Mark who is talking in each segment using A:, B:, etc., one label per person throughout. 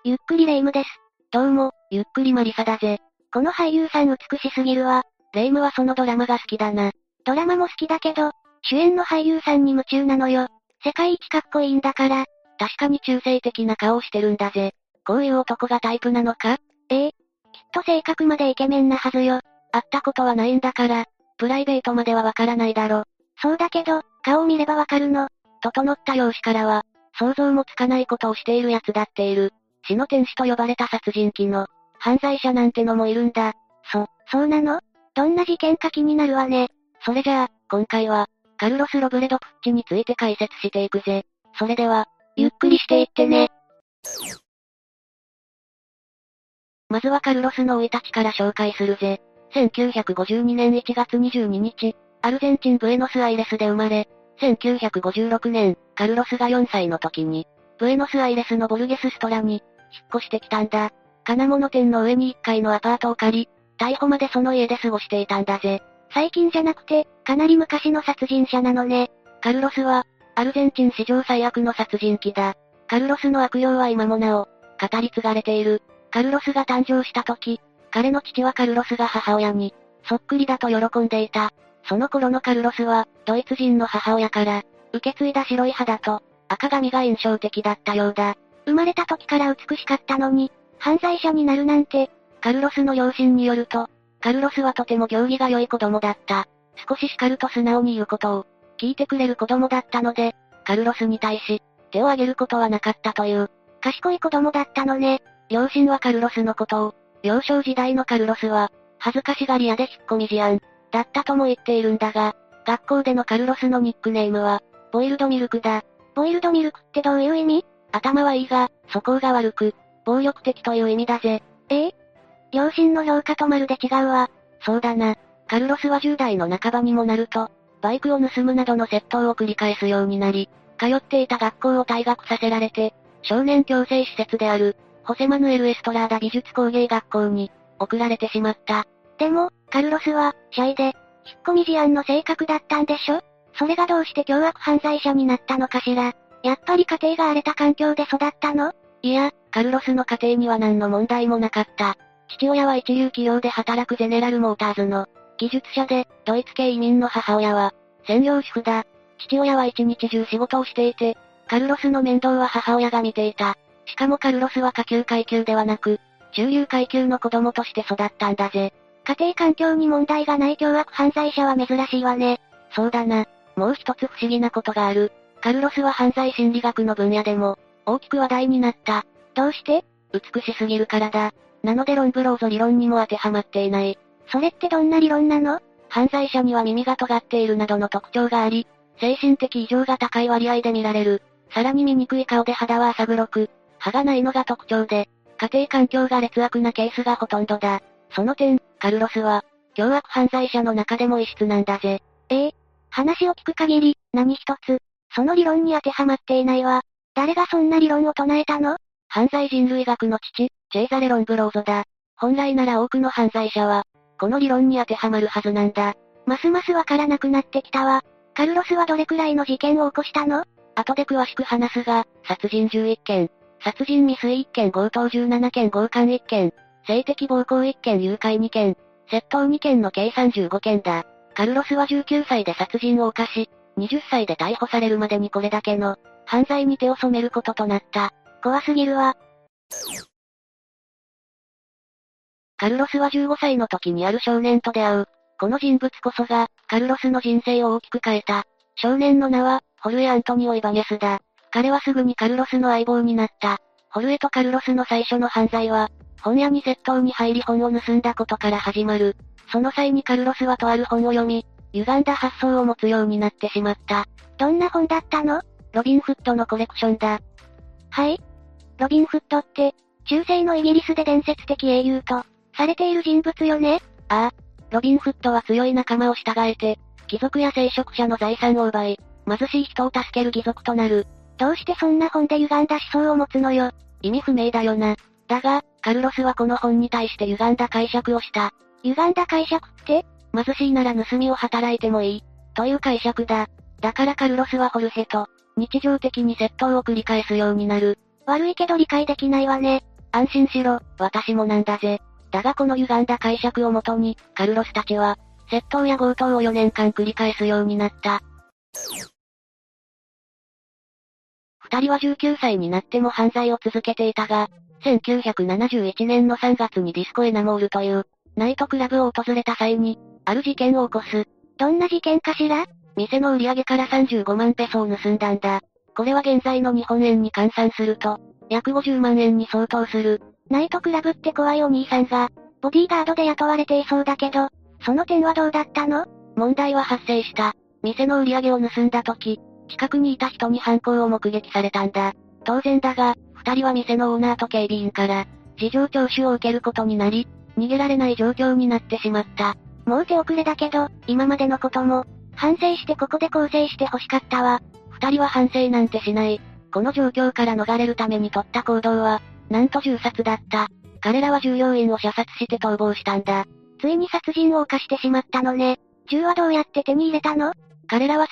A: ゆっくりレ夢ムです。
B: どうも、ゆっくりマリサだぜ。
A: この俳優さん美しすぎるわ。
B: レ夢ムはそのドラマが好きだな。
A: ドラマも好きだけど、主演の俳優さんに夢中なのよ。世界一かっこいいんだから。
B: 確かに中性的な顔をしてるんだぜ。こういう男がタイプなのか？
A: きっと性格までイケメンなはずよ。
B: 会ったことはないんだから、プライベートまではわからないだろ。
A: そうだけど、顔を見ればわかるの。
B: 整った容姿からは、想像もつかないことをしている奴だっている。死の天使と呼ばれた殺人鬼の、犯罪者なんてのもいるんだ。
A: そうなの？どんな事件か気になるわね。
B: それじゃあ、今回は、カルロス・ロブレド・プッチについて解説していくぜ。それでは、
A: ゆっくりしていってね。
B: まずはカルロスの生い立ちから紹介するぜ。1952年1月22日、アルゼンチンブエノスアイレスで生まれ、1956年、カルロスが4歳の時に、ブエノスアイレスのボルゲスストラに、引っ越してきたんだ。金物店の上に1階のアパートを借り、逮捕までその家で過ごしていたんだぜ。
A: 最近じゃなくて、かなり昔の殺人者なのね。
B: カルロスは、アルゼンチン史上最悪の殺人鬼だ。カルロスの悪用は今もなお、語り継がれている。カルロスが誕生した時、彼の父はカルロスが母親に、そっくりだと喜んでいた。その頃のカルロスは、ドイツ人の母親から、受け継いだ白い肌と、赤髪が印象的だったようだ。
A: 生まれた時から美しかったのに、犯罪者になるなんて。
B: カルロスの両親によると、カルロスはとても行儀が良い子供だった。少し叱ると素直に言うことを、聞いてくれる子供だったので、カルロスに対し、手を挙げることはなかったという。
A: 賢い子供だったのね。
B: 両親はカルロスのことを、幼少時代のカルロスは、恥ずかしがり屋で引っ込み思案、だったとも言っているんだが、学校でのカルロスのニックネームは、ボイルドミルクだ。
A: ボイルドミルクってどういう意味？
B: 頭はいいが、素行が悪く、暴力的という意味だぜ。
A: 両親の評価とまるで違うわ。
B: そうだな。カルロスは10代の半ばにもなると、バイクを盗むなどの窃盗を繰り返すようになり、通っていた学校を退学させられて、少年矯正施設である、ホセマヌエル・エストラーダ美術工芸学校に、送られてしまった。
A: でも、カルロスは、シャイで、引っ込み思案の性格だったんでしょ？それがどうして凶悪犯罪者になったのかしら？やっぱり家庭が荒れた環境で育ったの？
B: いや、カルロスの家庭には何の問題もなかった。父親は一流企業で働くゼネラルモーターズの技術者で、ドイツ系移民の母親は、専業主婦だ。父親は一日中仕事をしていて、カルロスの面倒は母親が見ていた。しかもカルロスは下級階級ではなく、中流階級の子供として育ったんだぜ。
A: 家庭環境に問題がない凶悪犯罪者は珍しいわね。
B: そうだな。もう一つ不思議なことがある。カルロスは犯罪心理学の分野でも、大きく話題になった。
A: どうして？
B: 美しすぎるからだ。なのでロンブローゾ理論にも当てはまっていない。
A: それってどんな理論なの？
B: 犯罪者には耳が尖っているなどの特徴があり、精神的異常が高い割合で見られる。さらに醜い顔で肌は浅黒く、歯がないのが特徴で、家庭環境が劣悪なケースがほとんどだ。その点、カルロスは、凶悪犯罪者の中でも異質なんだぜ。
A: 話を聞く限り、何一つ、その理論に当てはまっていないわ。誰がそんな理論を唱えたの？
B: 犯罪人類学の父、チェーザレ・ロンブローゾだ。本来なら多くの犯罪者は、この理論に当てはまるはずなんだ。
A: ますますわからなくなってきたわ。カルロスはどれくらいの事件を起こしたの？
B: 後で詳しく話すが、殺人11件、殺人未遂1件強盗17件強姦1件、性的暴行1件誘拐2件、窃盗2件の計35件だ。カルロスは19歳で殺人を犯し、20歳で逮捕されるまでにこれだけの、犯罪に手を染めることとなった。
A: 怖すぎるわ。
B: カルロスは15歳の時にある少年と出会う。この人物こそが、カルロスの人生を大きく変えた。少年の名は、ホルエ・アントニオ・イバニェスだ。彼はすぐにカルロスの相棒になった。ホルエとカルロスの最初の犯罪は、本屋に窃盗に入り本を盗んだことから始まる。その際にカルロスはとある本を読み、歪んだ発想を持つようになってしまった。
A: どんな本だったの？
B: ロビン・フッドのコレクションだ。
A: はい？ロビン・フッドって、中世のイギリスで伝説的英雄と、されている人物よね？
B: ああ。ロビン・フッドは強い仲間を従えて、貴族や聖職者の財産を奪い、貧しい人を助ける義賊となる。
A: どうしてそんな本で歪んだ思想を持つのよ。
B: 意味不明だよな。だが、カルロスはこの本に対して歪んだ解釈をした。
A: 歪んだ解釈って？
B: 貧しいなら盗みを働いてもいい、という解釈だ。だからカルロスはホルヘと、日常的に窃盗を繰り返すようになる。
A: 悪いけど理解できないわね。
B: 安心しろ、私もなんだぜ。だがこの歪んだ解釈をもとに、カルロスたちは、窃盗や強盗を4年間繰り返すようになった。二人は19歳になっても犯罪を続けていたが、1971年の3月にディスコエナモールという、ナイトクラブを訪れた際に、ある事件を起こす。
A: どんな事件かしら？
B: 店の売り上げから35万ペソを盗んだんだ。これは現在の日本円に換算すると、約50万円に相当する。
A: ナイトクラブって怖いお兄さんが、ボディーガードで雇われていそうだけど、その点はどうだったの？
B: 問題は発生した。店の売り上げを盗んだ時、近くにいた人に犯行を目撃されたんだ。当然だが、二人は店のオーナーと警備員から、事情聴取を受けることになり、逃げられない状況になってしまった。
A: もう手遅れだけど、今までのことも、反省してここで更生して欲しかったわ。
B: 二人は反省なんてしない。この状況から逃れるために取った行動は、なんと銃殺だった。彼らは従業員を射殺して逃亡したんだ。
A: ついに殺人を犯してしまったのね。銃はどうやって手に入れたの？
B: 彼らは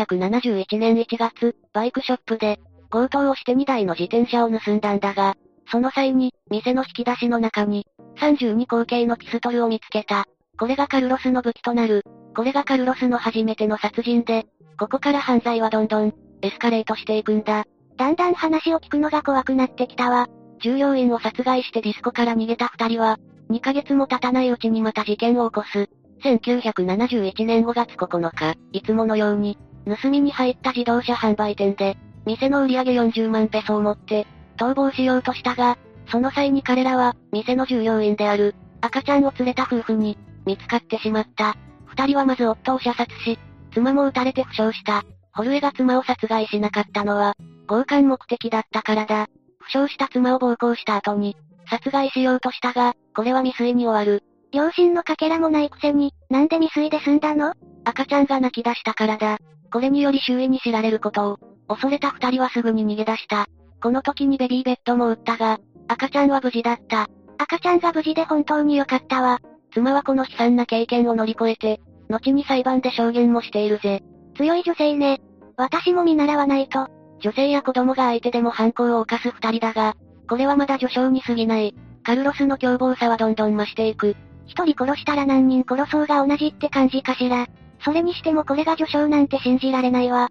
B: 1971年1月、バイクショップで、強盗をして2台の自転車を盗んだんだが、その際に、店の引き出しの中に、32口径のピストルを見つけた。これがカルロスの武器となる。これがカルロスの初めての殺人で、ここから犯罪はどんどん、エスカレートしていくんだ。
A: だんだん話を聞くのが怖くなってきたわ。
B: 従業員を殺害してディスコから逃げた二人は、2ヶ月も経たないうちにまた事件を起こす。1971年5月9日、いつものように、盗みに入った自動車販売店で、店の売り上げ40万ペソを持って、逃亡しようとしたが、その際に彼らは、店の従業員である、赤ちゃんを連れた夫婦に、見つかってしまった。二人はまず夫を射殺し、妻も撃たれて負傷した。ホルエが妻を殺害しなかったのは、強姦目的だったからだ。負傷した妻を暴行した後に、殺害しようとしたが、これは未遂に終わる。
A: 両親のかけらもないくせに、なんで未遂で済んだの？
B: 赤ちゃんが泣き出したからだ。これにより周囲に知られることを、恐れた二人はすぐに逃げ出した。この時にベビーベッドも撃ったが、赤ちゃんは無事だった。
A: 赤ちゃんが無事で本当に良かったわ。
B: 妻はこの悲惨な経験を乗り越えて、後に裁判で証言もしているぜ。
A: 強い女性ね。私も見習わないと。
B: 女性や子供が相手でも犯行を犯す二人だが、これはまだ序章に過ぎない。カルロスの凶暴さはどんどん増していく。
A: 一人殺したら何人殺そうが同じって感じかしら。それにしてもこれが序章なんて信じられないわ。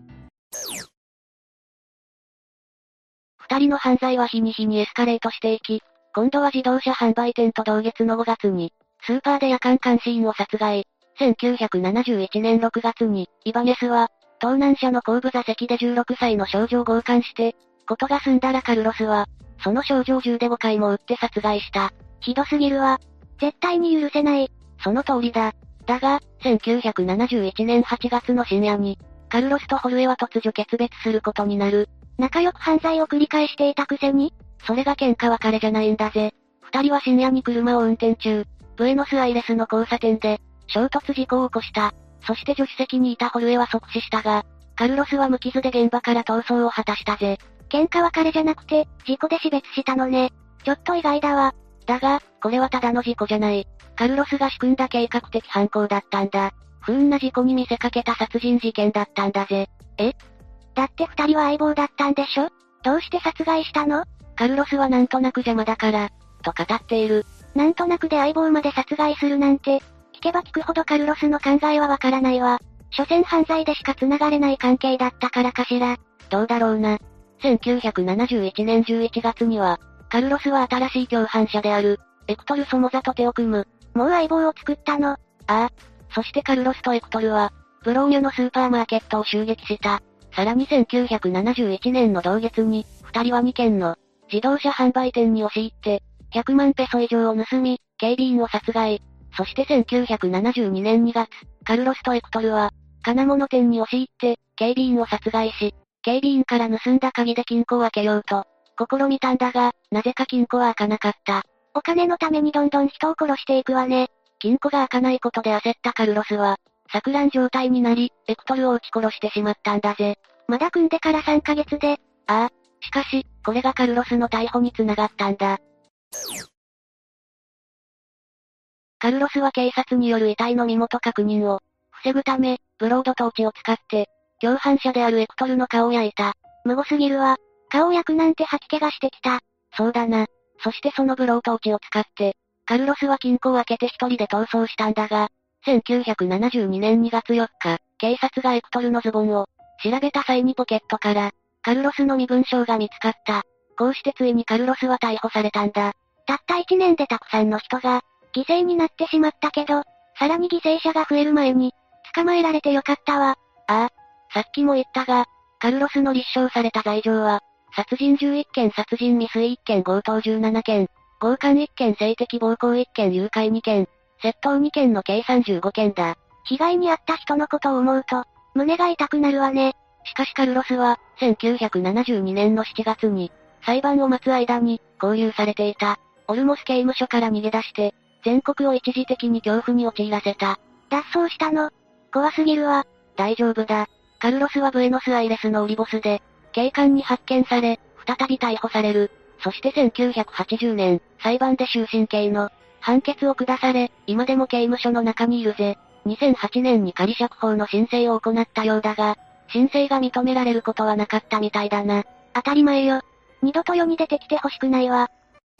B: 二人の犯罪は日に日にエスカレートしていき、今度は自動車販売店と同月の5月に、スーパーで夜間監視員を殺害。1971年6月に、イバネスは、盗難車の後部座席で16歳の少女を強姦して、ことが済んだらカルロスは、その少女を銃で5回も撃って殺害した。
A: ひどすぎるわ。絶対に許せない。
B: その通りだ。だが、1971年8月の深夜に、カルロスとホルエは突如決別することになる。
A: 仲良く犯罪を繰り返していたくせに？
B: それが喧嘩別れじゃないんだぜ。二人は深夜に車を運転中、ブエノスアイレスの交差点で、衝突事故を起こした。そして助手席にいたホルエは即死したが、カルロスは無傷で現場から逃走を果たしたぜ。
A: 喧嘩別れじゃなくて、事故で死別したのね。ちょっと意外だわ。
B: だが、これはただの事故じゃない。カルロスが仕組んだ計画的犯行だったんだ。不運な事故に見せかけた殺人事件だったんだぜ。
A: だって二人は相棒だったんでしょ？どうして殺害したの？
B: カルロスはなんとなく邪魔だから、と語っている。
A: なんとなくで相棒まで殺害するなんて、聞けば聞くほどカルロスの考えはわからないわ。所詮犯罪でしか繋がれない関係だったからかしら。
B: どうだろうな。1971年11月には、カルロスは新しい共犯者である、エクトル・ソモザと手を組む。
A: もう相棒を作ったの？
B: ああ。そしてカルロスとエクトルは、ブローニュのスーパーマーケットを襲撃した。さらに1971年の同月に、二人は2軒の自動車販売店に押し入って、100万ペソ以上を盗み、警備員を殺害。そして1972年2月、カルロスとエクトルは、金物店に押し入って、警備員を殺害し、警備員から盗んだ鍵で金庫を開けようと、試みたんだが、なぜか金庫は開かなかった。
A: お金のためにどんどん人を殺していくわね。
B: 金庫が開かないことで焦ったカルロスは、錯乱状態になり、エクトルを撃ち殺してしまったんだぜ。
A: まだ組んでから3ヶ月で。
B: ああ。しかし、これがカルロスの逮捕につながったんだ。カルロスは警察による遺体の身元確認を、防ぐため、ブロードトーチを使って、共犯者であるエクトルの顔を焼いた。
A: 無謀すぎるわ。顔を焼くなんて吐き気がしてきた。
B: そうだな。 そしてそのブロート落ちを使って、カルロスは金庫を開けて一人で逃走したんだが、1972年2月4日、警察がエクトルのズボンを調べた際にポケットから、カルロスの身分証が見つかった。こうしてついにカルロスは逮捕されたんだ。
A: たった1年でたくさんの人が、犠牲になってしまったけど、さらに犠牲者が増える前に、捕まえられてよかったわ。
B: ああ、さっきも言ったが、カルロスの立証された罪状は、殺人11件、殺人未遂1件、強盗17件、強姦1件、性的暴行1件、誘拐2件、窃盗2件の計35件だ。
A: 被害に遭った人のことを思うと、胸が痛くなるわね。
B: しかしカルロスは、1972年の7月に、裁判を待つ間に、勾留されていた。オルモス刑務所から逃げ出して、全国を一時的に恐怖に陥らせた。
A: 脱走したの？怖すぎるわ。
B: 大丈夫だ。カルロスはブエノスアイレスのオリボスで、警官に発見され、再び逮捕される。そして1980年、裁判で終身刑の判決を下され、今でも刑務所の中にいるぜ。2008年に仮釈放の申請を行ったようだが、申請が認められることはなかったみたいだな。
A: 当たり前よ。二度と世に出てきてほしくないわ。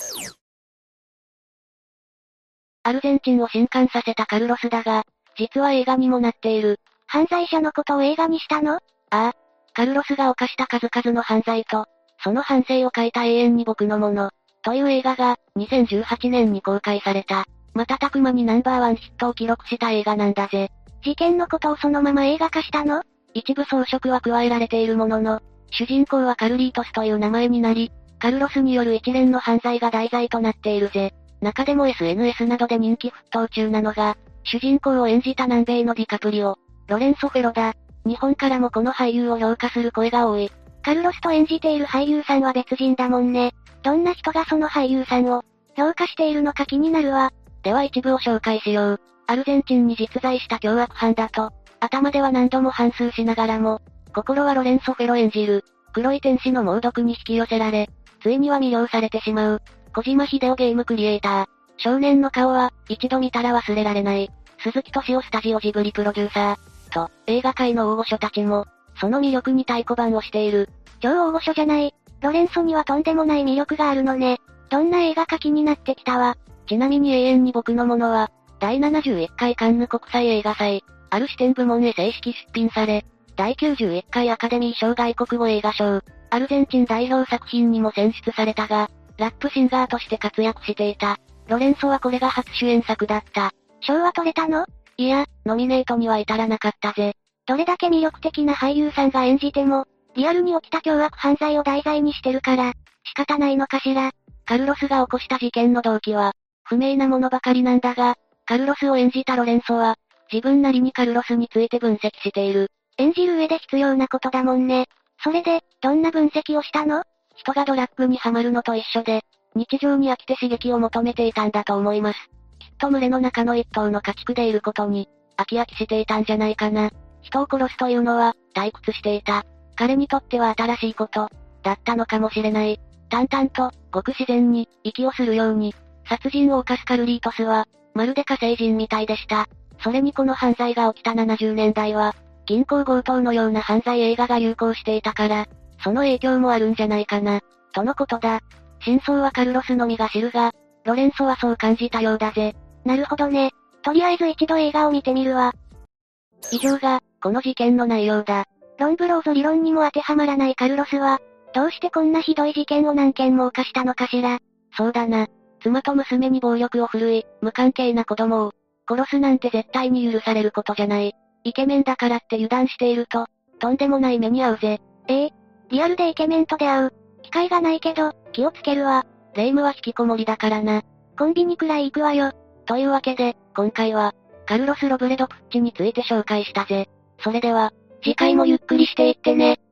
B: アルゼンチンを震撼させたカルロスだが、実は映画にもなっている。
A: 犯罪者のことを映画にしたの？
B: ああ。カルロスが犯した数々の犯罪と、その反省を書いた永遠に僕のもの、という映画が、2018年に公開された。瞬く間にナンバーワンヒットを記録した映画なんだぜ。
A: 事件のことをそのまま映画化したの？
B: 一部装飾は加えられているものの、主人公はカルリートスという名前になり、カルロスによる一連の犯罪が題材となっているぜ。中でも SNS などで人気沸騰中なのが、主人公を演じた南米のディカプリオ、ロレンソ・フェロだ。日本からもこの俳優を評価する声が多い。
A: カルロスと演じている俳優さんは別人だもんね。どんな人がその俳優さんを評価しているのか気になるわ。
B: では一部を紹介しよう。アルゼンチンに実在した凶悪犯だと、頭では何度も反芻しながらも、心はロレンソ・フェロ演じる、黒い天使の猛毒に引き寄せられ、ついには魅了されてしまう、小島秀夫ゲームクリエイター。少年の顔は、一度見たら忘れられない、鈴木敏夫スタジオジブリプロデューサー。と、映画界の大御所たちも、その魅力に太鼓判をしている。
A: 超大御所じゃない。ロレンソにはとんでもない魅力があるのね。どんな映画か気になってきたわ。
B: ちなみに永遠に僕のものは、第71回カンヌ国際映画祭、ある視点部門へ正式出品され、第91回アカデミー賞外国語映画賞、アルゼンチン代表作品にも選出されたが、ラップシンガーとして活躍していた。ロレンソはこれが初主演作だった。
A: 賞は取れたの？
B: いや、ノミネートには至らなかったぜ。
A: どれだけ魅力的な俳優さんが演じても、リアルに起きた凶悪犯罪を題材にしてるから、仕方ないのかしら。
B: カルロスが起こした事件の動機は、不明なものばかりなんだが、カルロスを演じたロレンソは、自分なりにカルロスについて分析している。
A: 演じる上で必要なことだもんね。それで、どんな分析をしたの？
B: 人がドラッグにはまるのと一緒で、日常に飽きて刺激を求めていたんだと思います。きっと群れの中の一頭の家畜でいることに、飽きしていたんじゃないかな。人を殺すというのは、退屈していた。彼にとっては新しいこと、だったのかもしれない。淡々と、ごく自然に、息をするように、殺人を犯すカルリートスは、まるで火星人みたいでした。それにこの犯罪が起きた70年代は、銀行強盗のような犯罪映画が流行していたから、その影響もあるんじゃないかな、とのことだ。真相はカルロスのみが知るが、ロレンソはそう感じたようだぜ。
A: なるほどね。とりあえず一度映画を見てみるわ。
B: 以上が、この事件の内容だ。
A: ロンブローゾ理論にも当てはまらないカルロスは、どうしてこんなひどい事件を何件も犯したのかしら。
B: そうだな。妻と娘に暴力を振るい、無関係な子供を、殺すなんて絶対に許されることじゃない。イケメンだからって油断していると、とんでもない目に遭うぜ。
A: リアルでイケメンと出会う。機会がないけど、気をつけるわ。
B: 霊夢は引きこもりだからな。
A: コンビニくらい行くわよ。
B: というわけで、今回は、カルロス・ロブレド・プッチについて紹介したぜ。それでは、次回もゆっくりしていってね。